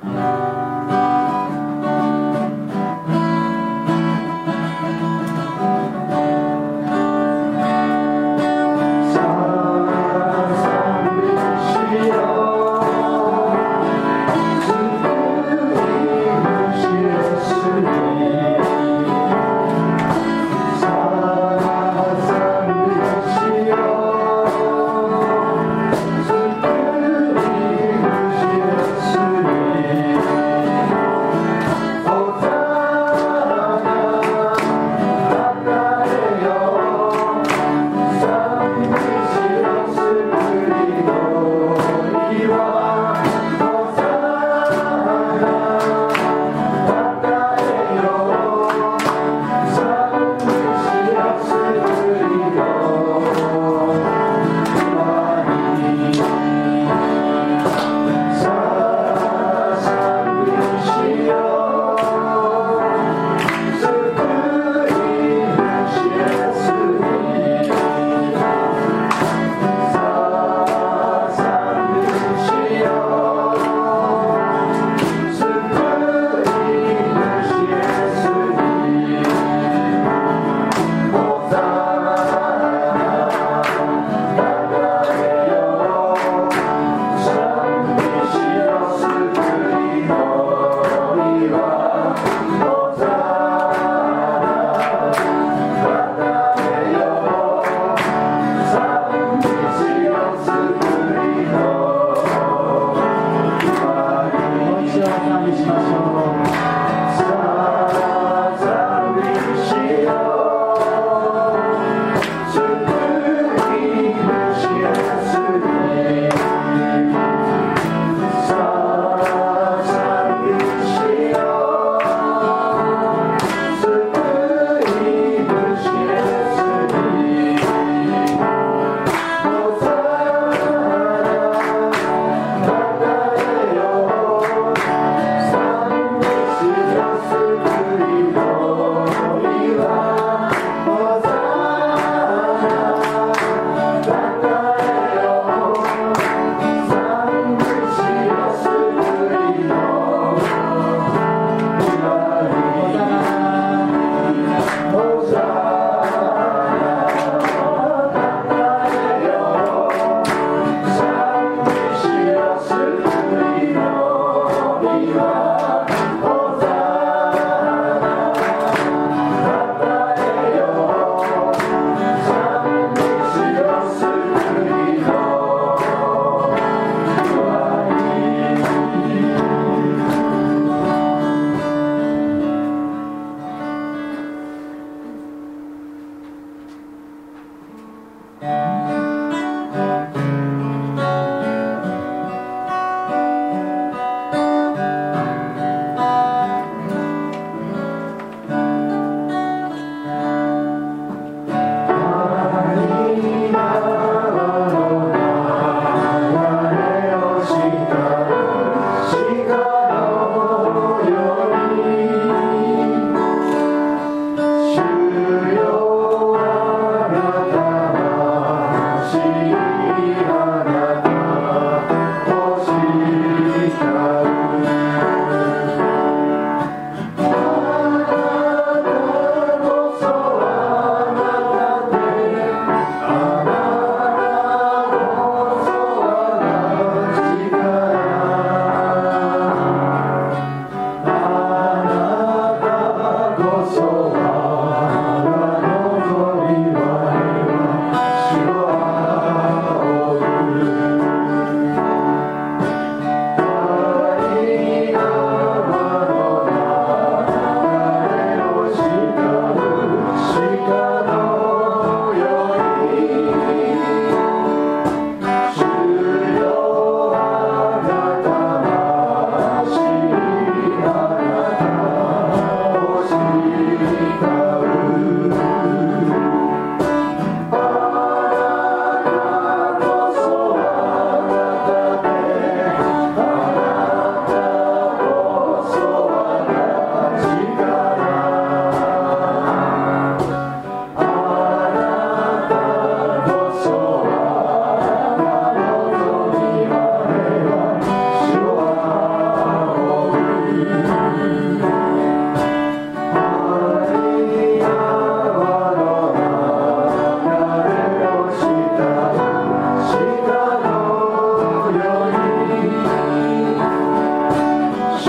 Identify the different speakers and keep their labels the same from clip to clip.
Speaker 1: 「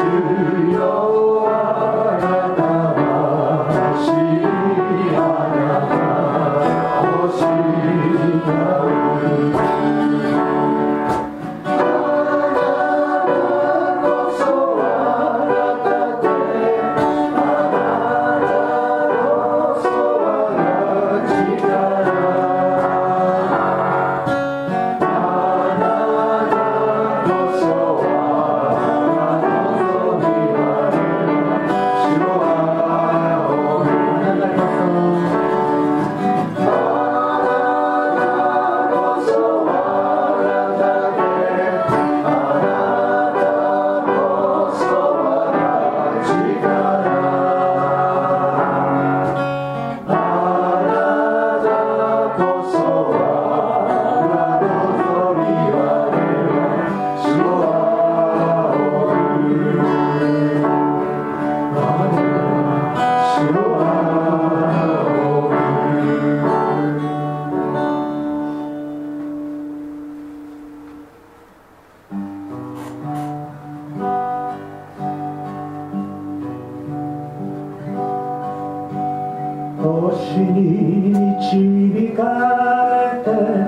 Speaker 1: 星に導かれて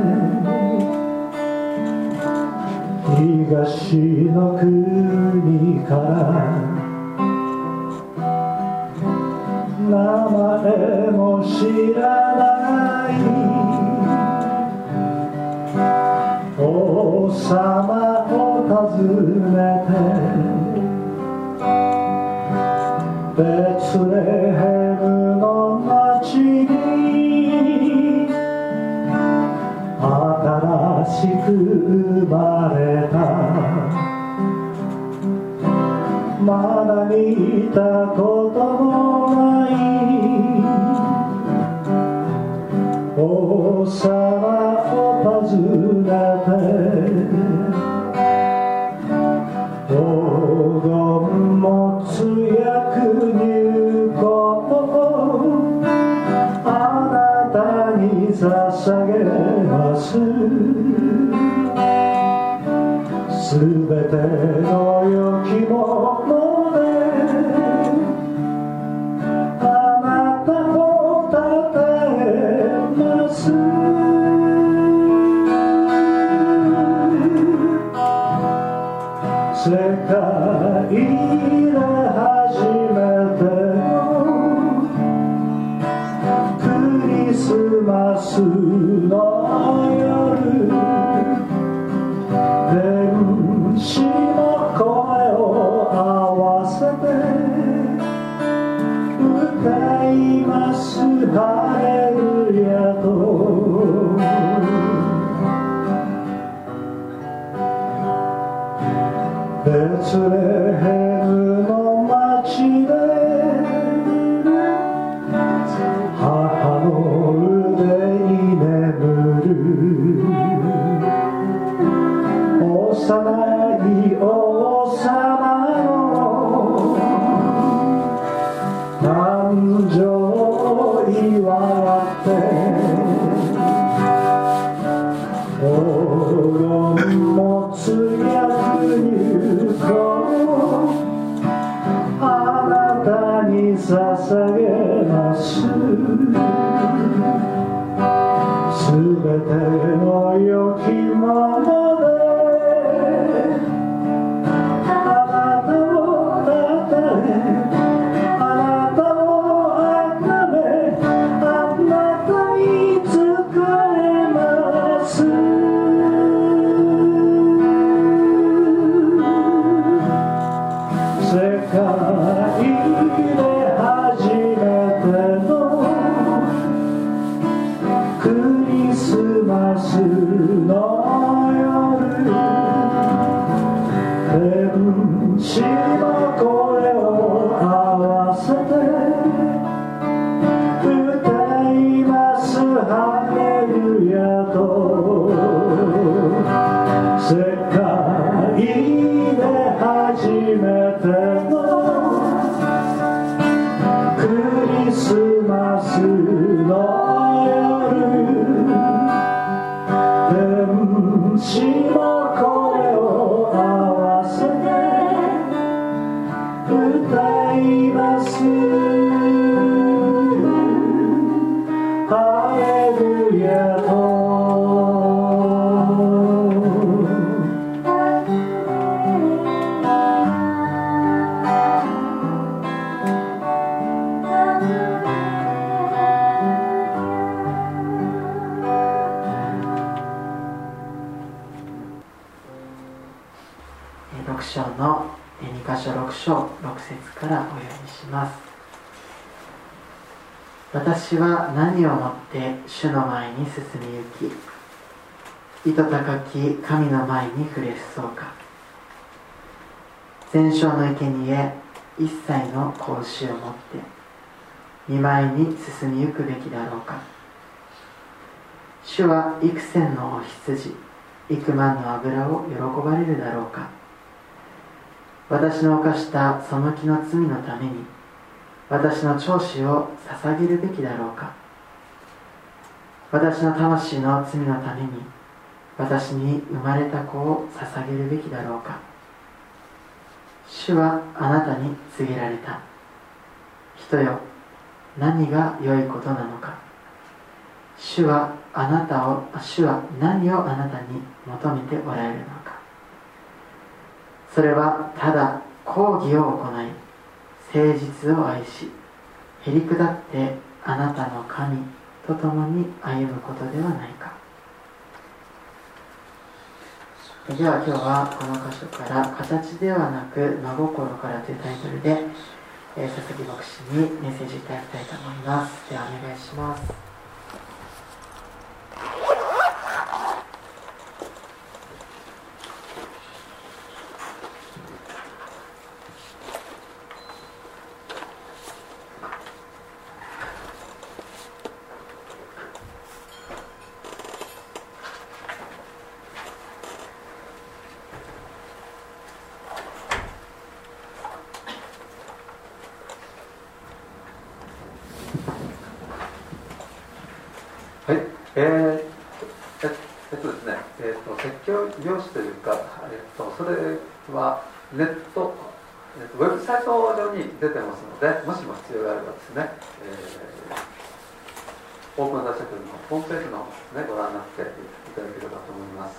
Speaker 1: 東の国から名前も知らない王様を訪ねてベツレヘムの町に新しく生まれたまだ見たこともない王様を訪ねて黄金持つ役入魂をあなたに捧げますすべての良きものであなたをたたえます世界で初めてのクリスマスの夜天使の声を合わせて歌いますハレルヤとベツレヘムの町で母の腕に眠る幼い王様の誕生を祝って黄金持つ役入魂をあなたに捧げますすべての良きものであなたをたたえあなたをあがめあなたに仕えます世界で初めてのクリスマスの夜天使の声を合わせて歌いますハレルヤと世界で初めてのクリスマスの夜天使の声を合わせて
Speaker 2: 箇所6章6節からお読みします。私は何をもって主の前に進み行き、糸高き神の前に触れそうか。全焼の生贄一切の格子をもって見舞いに進みゆくべきだろうか。主は幾千のお羊幾万の油を喜ばれるだろうか。私の犯した背きの罪のために私の長子を捧げるべきだろうか。私の魂の罪のために私に生まれた子を捧げるべきだろうか。主はあなたに告げられた。人よ、何が良いことなのか。主は何をあなたに求めておられるのか。それはただ公義を行い誠実を愛し、へりくだってあなたの神と共に歩むことではないか。では今日はこの箇所から形ではなく真心からというタイトルで、佐々木牧師にメッセージいただきたいと思います。ではお願いします。
Speaker 3: はい、ですね、説教用紙というか、それはネット、ウェブサイト上に出てますので、もしも必要があればですね、オープンダシャクルのホームページの方ですね、ご覧になっていただければと思います。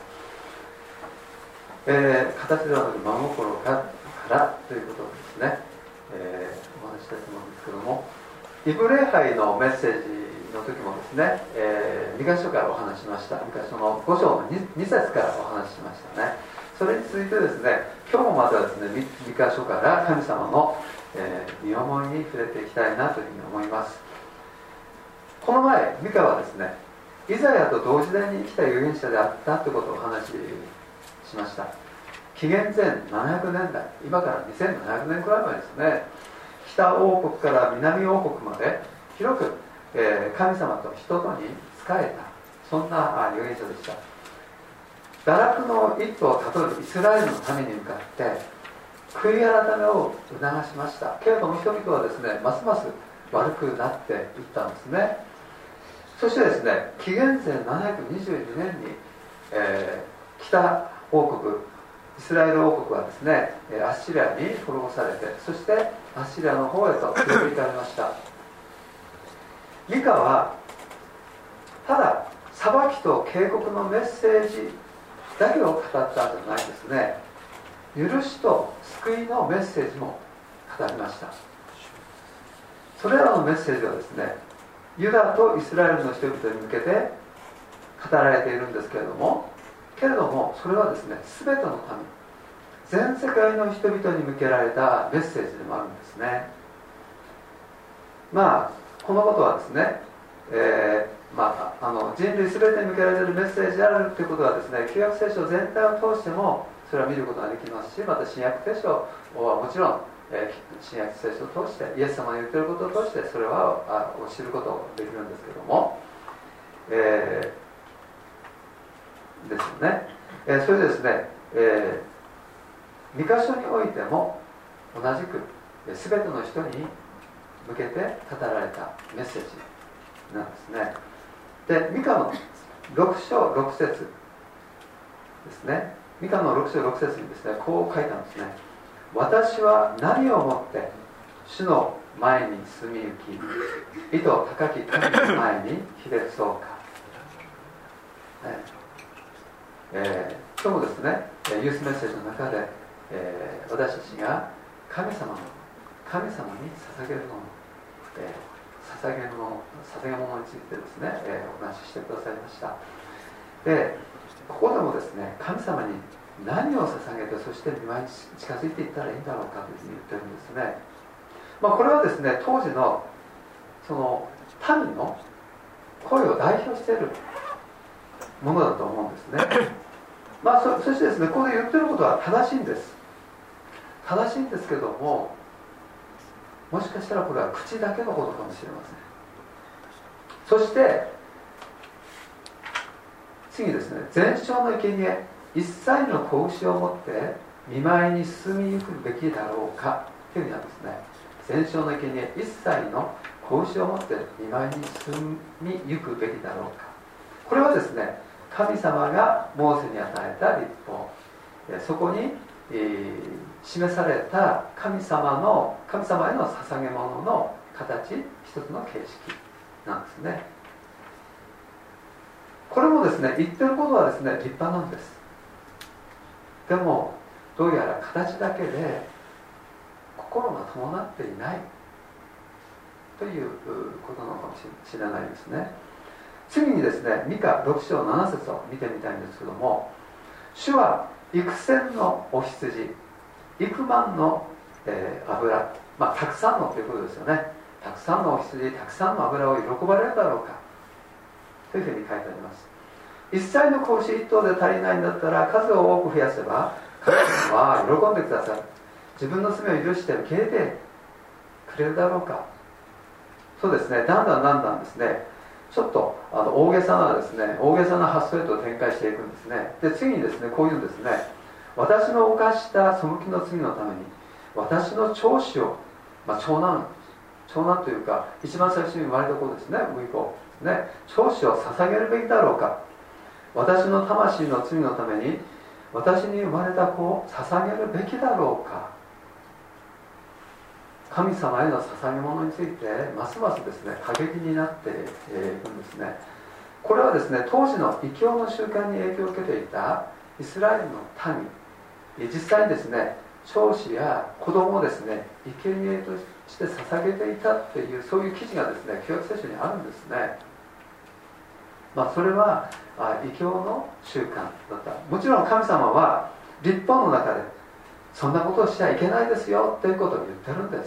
Speaker 3: 形ではなく真心からということですね、お話したいと思うんですけども、イブ礼拝のメッセージの時もですね、2箇所からお話ししました。2箇所の5章の 2節からお話ししましたね。それに続いてですね、今日もまたですね、2箇所から神様の、身思いに触れていきたいなというふうに思います。この前ミカはですね、イザヤと同時代に生きた預言者であったということをお話ししました。紀元前700年代、今から2700年くらい前ですね、北王国から南王国まで広く神様と人とに仕えた、そんな預言者でした。堕落の一途をたどるイスラエルの民に向かって悔い改めを促しました。けれども人々はですね、ますます悪くなっていったんですね。そしてですね、紀元前722年に、北王国イスラエル王国はですね、アッシリアに滅ぼされて、そしてアッシリアの方へと連れて行かれました。ミカはただ裁きと警告のメッセージだけを語ったんじゃないですね、許しと救いのメッセージも語りました。それらのメッセージはですね、ユダとイスラエルの人々に向けて語られているんですけれども、それはですね、全ての民、全世界の人々に向けられたメッセージでもあるんですね。このことはですね、人類全てに向けられているメッセージであるということはですね、旧約聖書全体を通してもそれは見ることができますし、また新約聖書はもちろん、新約聖書を通してイエス様が言っていることを通してそれは知ることができるんですけども、ですよね。それでですね、2箇所においても同じく全ての人に向けて語られたメッセージなんですね。で、ミカの6章6節ですね。ミカの6章6節にですね、こう書いたんですね。私は何をもって主の前に進み行き、意図高き神の前にひれ伏そうか。今日もですね、ユースメッセージの中で、私たちが神様に捧げるもの、捧げ物についてですね、お話ししてくださいました。で、ここでもですね、神様に何を捧げて、そして見舞いに近づいていったらいいんだろうかというふうに言ってるんですね。これはですね、当時のその民の声を代表しているものだと思うんですね。そしてですね、ここで言ってることは正しいんです。正しいんですけども、もしかしたらこれは口だけのことかもしれません。そして次ですね、全焼の生贄一切の子牛を持って見舞いに進みゆくべきだろうかというふうにはですね、全焼の生贄一切の子牛を持って見舞いに進みゆくべきだろうか。これはですね、神様がモーセに与えた律法、そこに、示された神様への捧げ物の形、一つの形式なんですね。これもですね、言ってることはですね、立派なんです。でもどうやら形だけで心が伴っていないということなのかもしれないですね。次にですね、ミカ6章7節を見てみたいんですけども、主は幾千のお羊、幾万の、油、たくさんのということですよね。たくさんのお羊、たくさんの油を喜ばれるだろうかというふうに書いてあります。一切の子牛一頭で足りないんだったら数を多く増やせば神様は喜んでくださる。自分の罪を許して受け入れてくれるだろうか。そうですね、だんだんですね、ちょっと大げさな発想へと展開していくんですね。で次にですね、こういうんですね、私の犯した背きの罪のために私の長子を、長男というか一番最初に生まれた子ですね、息子ですね、長子を捧げるべきだろうか。私の魂の罪のために私に生まれた子を捧げるべきだろうか。神様への捧げ物についてますますですね、過激になっていくんですね。これはですね、当時の異教の習慣に影響を受けていたイスラエルの民、実際にですね、長子や子供をですね、生贄として捧げていたっていう、そういう記事がですね、旧約聖書にあるんですね。それは異教の習慣だった。もちろん神様は律法の中でそんなことをしちゃいけないですよということを言ってるんです。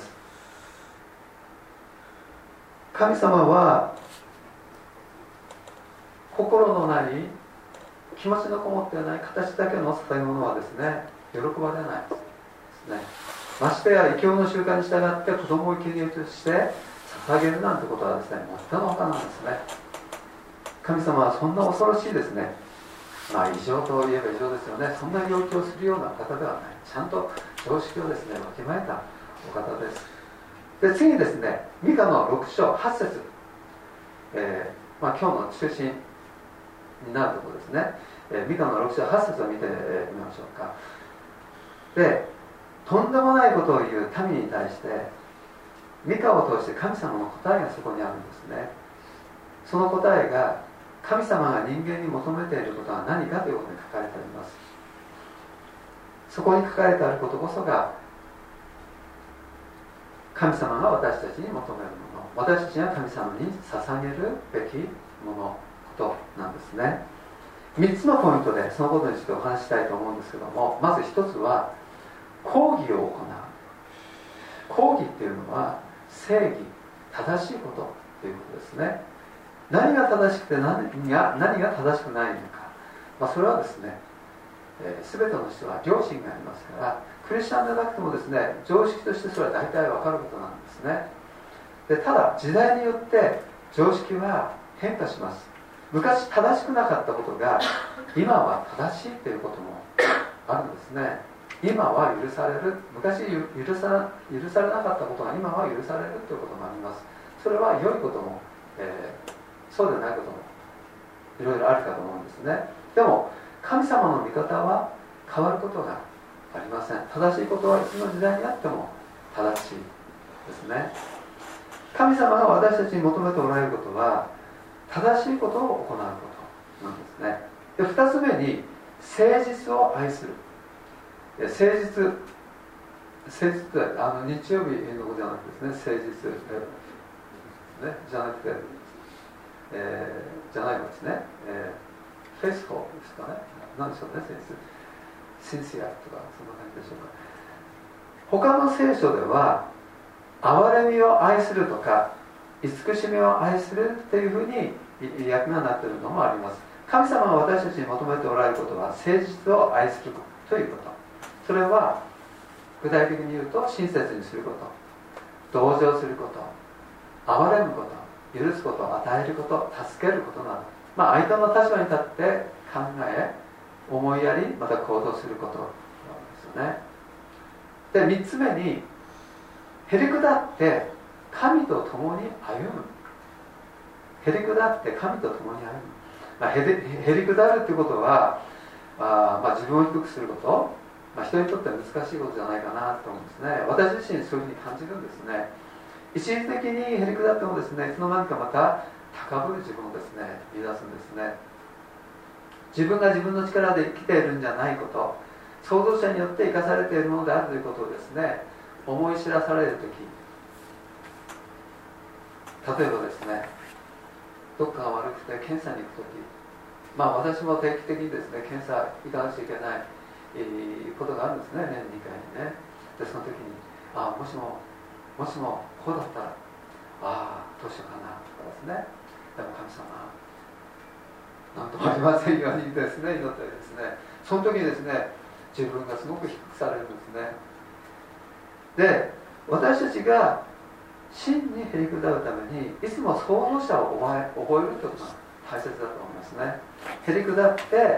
Speaker 3: 神様は心のない、気持ちのこもっていない形だけの捧げ物はですね、喜ばれないですね。ましてや異教の習慣に従って子供を生贄として捧げるなんてことはですね、もってのほかなんですね。神様はそんな恐ろしいですね、異常といえば異常ですよね。そんな要求をするような方ではない。ちゃんと常識をですね、わきまえたお方です。で次にですね、ミカの6章8節、今日の中心になるところですね。ミカの6章8節を見てみましょうか。で、とんでもないことを言う民に対してミカを通して神様の答えがそこにあるんですね。その答えが、神様が人間に求めていることは何かということに書かれております。そこに書かれてあることこそが神様が私たちに求めるもの、私たちが神様に捧げるべきもの、ことなんですね。3つのポイントでそのことについてお話ししたいと思うんですけども、まず1つは公義を行う。公義っていうのは正義、正しいことということですね。何が正しくて何が正しくないのか、それはですね、全ての人は良心がありますから、クリスチャンでなくてもですね、常識としてそれは大体分かることなんですね。でただ時代によって常識は変化します。昔正しくなかったことが今は正しいということもあるんですね。今は許される、昔許されなかったことが今は許されるということもあります。それは良いことも、そうでないこともいろいろあるかと思うんですね。でも神様の御方は変わることがありません。正しいことはいつの時代にあっても正しいですね。神様が私たちに求めておられることは正しいことを行うことなんですね。で2つ目に誠実を愛する。誠実って日曜日のことじゃなくてですね、誠実、じゃなくて、じゃないのですね、フェイスフォーですかね、何でしょうね、誠実。 シンシアとかそんな感じでしょうか。他の聖書では憐れみを愛するとか慈しみを愛するっていうふうに訳がなっているのもあります。神様が私たちに求めておられることは誠実を愛するということ。それは具体的に言うと親切にすること、同情すること、憐れむこと、許すこと、与えること、助けることなど、相手の立場に立って考え、思いやり、また行動することなんですよね。で、3つ目にへりくだって神と共に歩む。へりくだって神と共に歩む。へりくだるということは、自分を低くすること、人にとっては難しいことじゃないかなと思うんですね。私自身そういうふうに感じるんですね。一時的にへりくだってもですね、いつの間にかまた高ぶる自分をですね、見出すんですね。自分が自分の力で生きているんじゃないこと、創造者によって生かされているものであるということをですね、思い知らされるとき、例えばですね、どっかが悪くて検査に行くとき、私も定期的にですね、検査行かなくちゃいけないことがあるんですね、年2回にね。で、その時に、もしもこうだったら、どうしようかなとかですね。でも神様、なんともありませんようにですね、祈ったりですね、その時にですね、自分がすごく低くされるんですね。で、私たちが真にへりくだるために、いつも創造者を覚えるということが大切だと思いますね。へりくだって、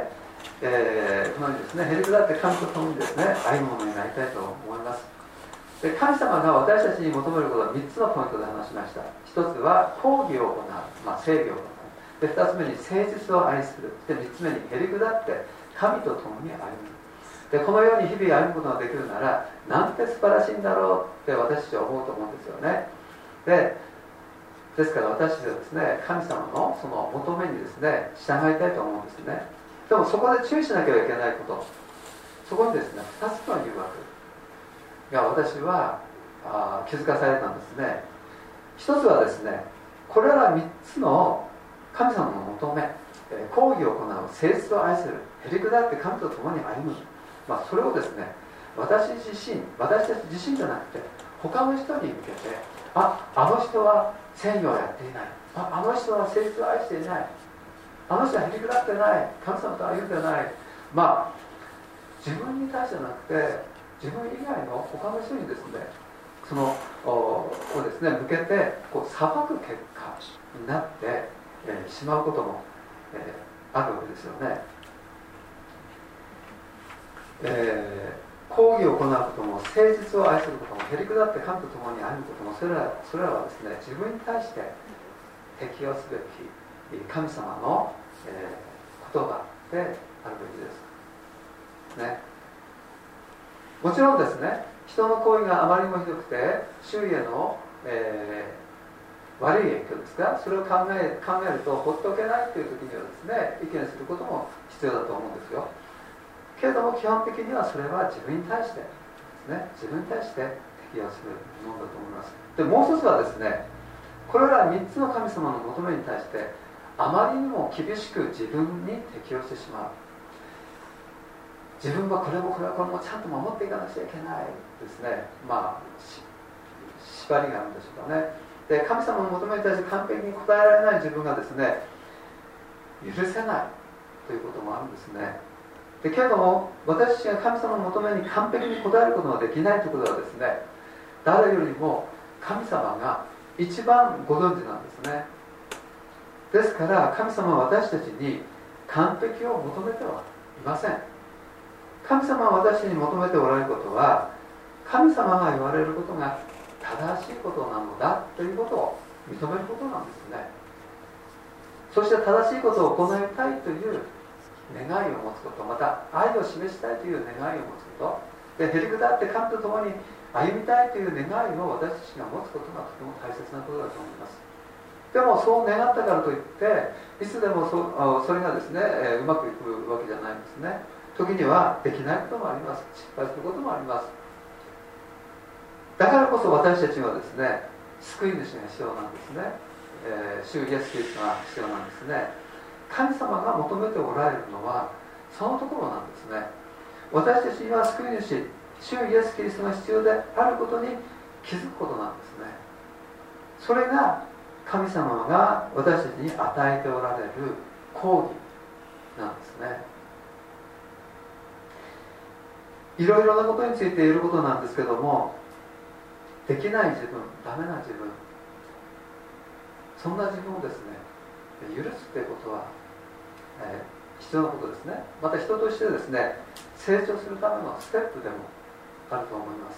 Speaker 3: このようにですね、へりくだって神と共にですね、歩むものになりたいと思います。で、神様が私たちに求めることは3つのポイントで話しました。1つは公義を行う、正義を行う。で、2つ目に誠実を愛する。で、3つ目にへりくだって神と共に歩む。で、このように日々歩むことができるなら、なんて素晴らしいんだろうって私たちは思うと思うんですよね。ですから私たちはですね、神様のその求めにですね、従いたいと思うんですね。でもそこで注意しなければいけないこと、そこにですね、2つの誘惑が私は気づかされたんですね。一つはですね、これら3つの神様の求め、公義を行う、誠実を愛する、へりくだって神と共に歩む、それをですね、私たち自身じゃなくて他の人に向けて、あの人は正義をやっていない、あの人は誠実を愛していない、あの人はへりくだってない、神様と歩んでない、自分に対してじゃなくて自分以外の他の人にですね、そのをですね、向けて裁く結果になってしまうことも、あるわけですよね。公義を行うことも、誠実を愛することも、へりくだって神と共に歩むことも、それらはですね、自分に対して適用すべき神様の、言葉であるべきですね。もちろんですね、人の行為があまりにもひどくて周囲への、悪い影響ですか、それを考えると放っておけないという時にはですね、意見することも必要だと思うんですよ。けれども基本的にはそれは自分に対してですね、自分に対して適用するものだと思います。で、もう一つはですね、これら3つの神様の求めに対してあまりにも厳しく自分に適用してしまう。自分はこれもちゃんと守っていかなくちゃいけないですね、縛りがあるんでしょうかね。で、神様の求めに対して完璧に応えられない自分がですね、許せないということもあるんですね。で、けれども私たちが神様の求めに完璧に応えることができないということはですね、誰よりも神様が一番ご存知なんですね。ですから神様は私たちに完璧を求めてはいません。神様は私に求めておられることは、神様が言われることが正しいことなのだということを認めることなんですね。そして正しいことを行いたいという願いを持つこと、また愛を示したいという願いを持つことで、へりくだって神と共に歩みたいという願いを私たちが持つことがとても大切なことだと思います。でもそう願ったからといっていつでもそれがですね、うまくいくわけじゃないんですね。時にはできないこともあります。失敗することもあります。だからこそ私たちはですね、救い主が必要なんですね。主イエス・キリストが必要なんですね。神様が求めておられるのはそのところなんですね。 私たちには救い主、主イエス・キリストが必要であることに気づくことなんですね。それが神様が私たちに与えておられる講義なんですね。いろいろなことについて言えることなんですけども、できない自分、ダメな自分、そんな自分をですね許すということは、必要なことですね。また人としてですね成長するためのステップでもあると思います。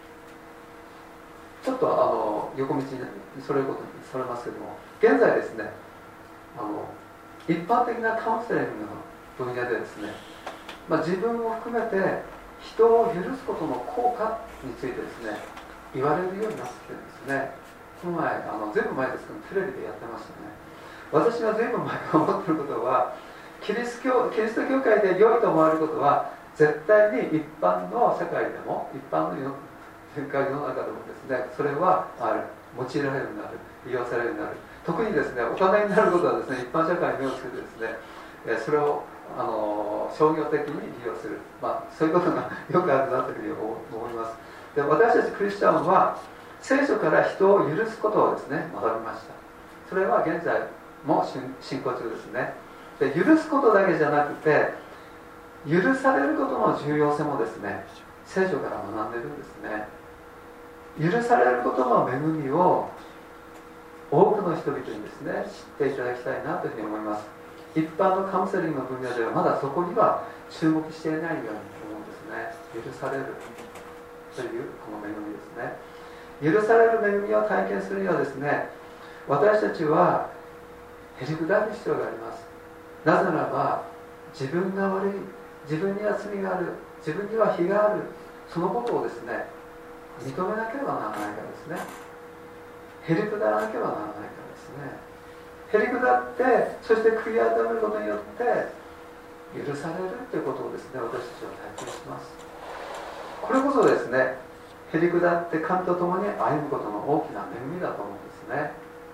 Speaker 3: ちょっと横道にそれますけども、現在ですね一般的なカウンセリングの分野でですね、自分を含めて人を許すことの効果についてですね言われるようになってきてるんですね。この前ずいぶん前ですけどテレビでやってましたね。私がずいぶん前から思っていることは、キリスト教会で良いと思われることは絶対に一般の世界でも一般の世の中でもですねそれは用いられるようになる、利用されるようになる。特にですねお金になることはですね一般社会に目をつけてですねそれを商業的に利用する、そういうことがよくあるなというふうに思います。で、私たちクリスチャンは聖書から人を許すことをですね学びました。それは現在も進行中ですね。で、許すことだけじゃなくて許されることの重要性もですね聖書から学んでるんですね。許されることの恵みを多くの人々にですね知っていただきたいなというふうに思います。一般のカウンセリングの分野ではまだそこには注目していないように思うんですね。許されるというこの恵みですね。許される恵みを体験するにはですね、私たちはへりくだる必要があります。なぜならば自分が悪い、自分には罪がある、自分には非がある、そのことをですね認めなければならないからですね。へりくだらなければならないからですね。へりくだって、そして悔い改めることによって許されるということをですね私たちは体験します。これこそですねへりくだって神と共に歩むことの大きな恵みだと思うんですね。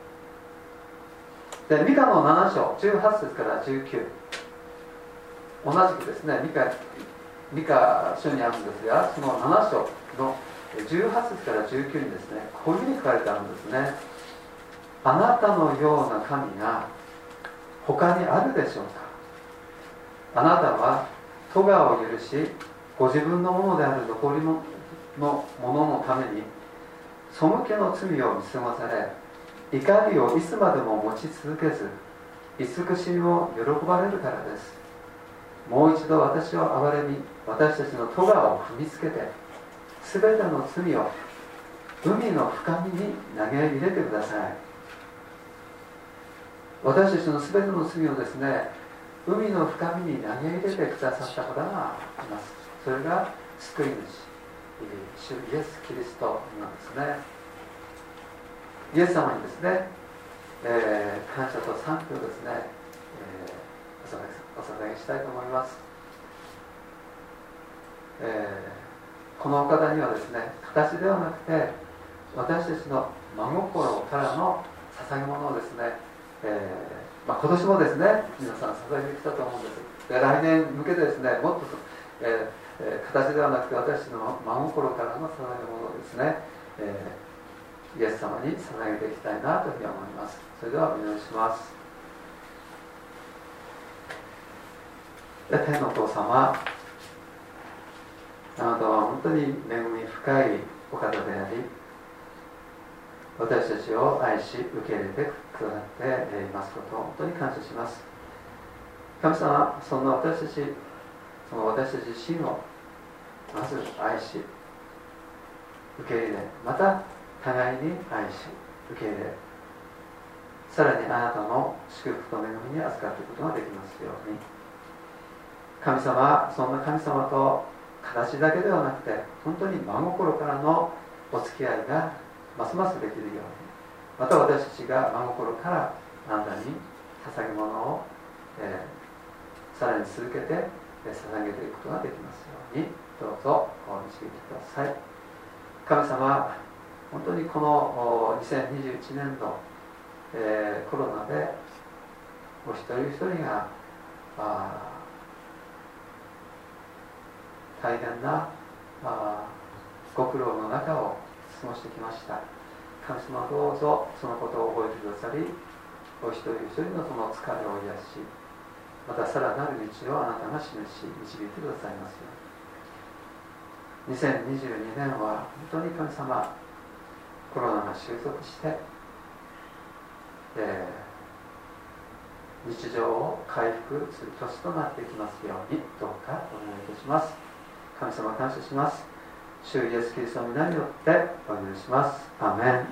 Speaker 3: で、ミカの7章18節から19、同じくですねミカ書にあるんですが、その7章の18節から19にですねこういうふうに書かれてあるんですね。あなたのような神が他にあるでしょうか。あなたは咎を許し、ご自分のものである残りのもののために背けの罪を見過ごされ、怒りをいつまでも持ち続けず慈しみを喜ばれるからです。もう一度私を憐れみ、私たちの咎を踏みつけて、すべての罪を海の深みに投げ入れてください。私たちのすべての罪をですね海の深みに投げ入れてくださった方がいます。それが救い主、主イエス・キリストなんですね。イエス様にですね、感謝と賛美をですね、お捧げしたいと思います。このお方にはですね形ではなくて私たちの真心からの捧げ物をですね、今年もですね皆さん捧げてきたと思うんです。で、来年向けてですねもっと、形ではなくて私の真心からの捧げ物をですね、イエス様に捧げていきたいなというふうに思います。それではお願いします。天のお父様、あなたは本当に恵み深いお方であり、私たちを愛し受け入れてくださっていますことを本当に感謝します。神様、そんな私たち自身をまず愛し受け入れ、また互いに愛し受け入れ、さらにあなたの祝福と恵みに預かっていくことができますように。神様、そんな神様と形だけではなくて本当に真心からのお付き合いがますますできるように、また私たちが真心からあなたに捧げ物を、さらに続けて捧げていくことができますように、どうぞお導きください。神様、本当にこの2021年度、コロナでお一人一人が大変なご苦労の中を過ごしてきました。神様はどうぞそのことを覚えてくださり、お一人一人のその疲れを癒し、またさらなる道をあなたが示し導いてくださいますように。2022年は本当に神様、コロナが収束して、日常を回復する年となっていきますように、どうかお願いいたします。神様感謝します。主イエスキリストの皆によってお祈りします。アーメン。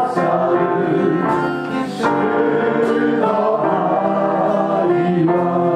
Speaker 1: 主の愛は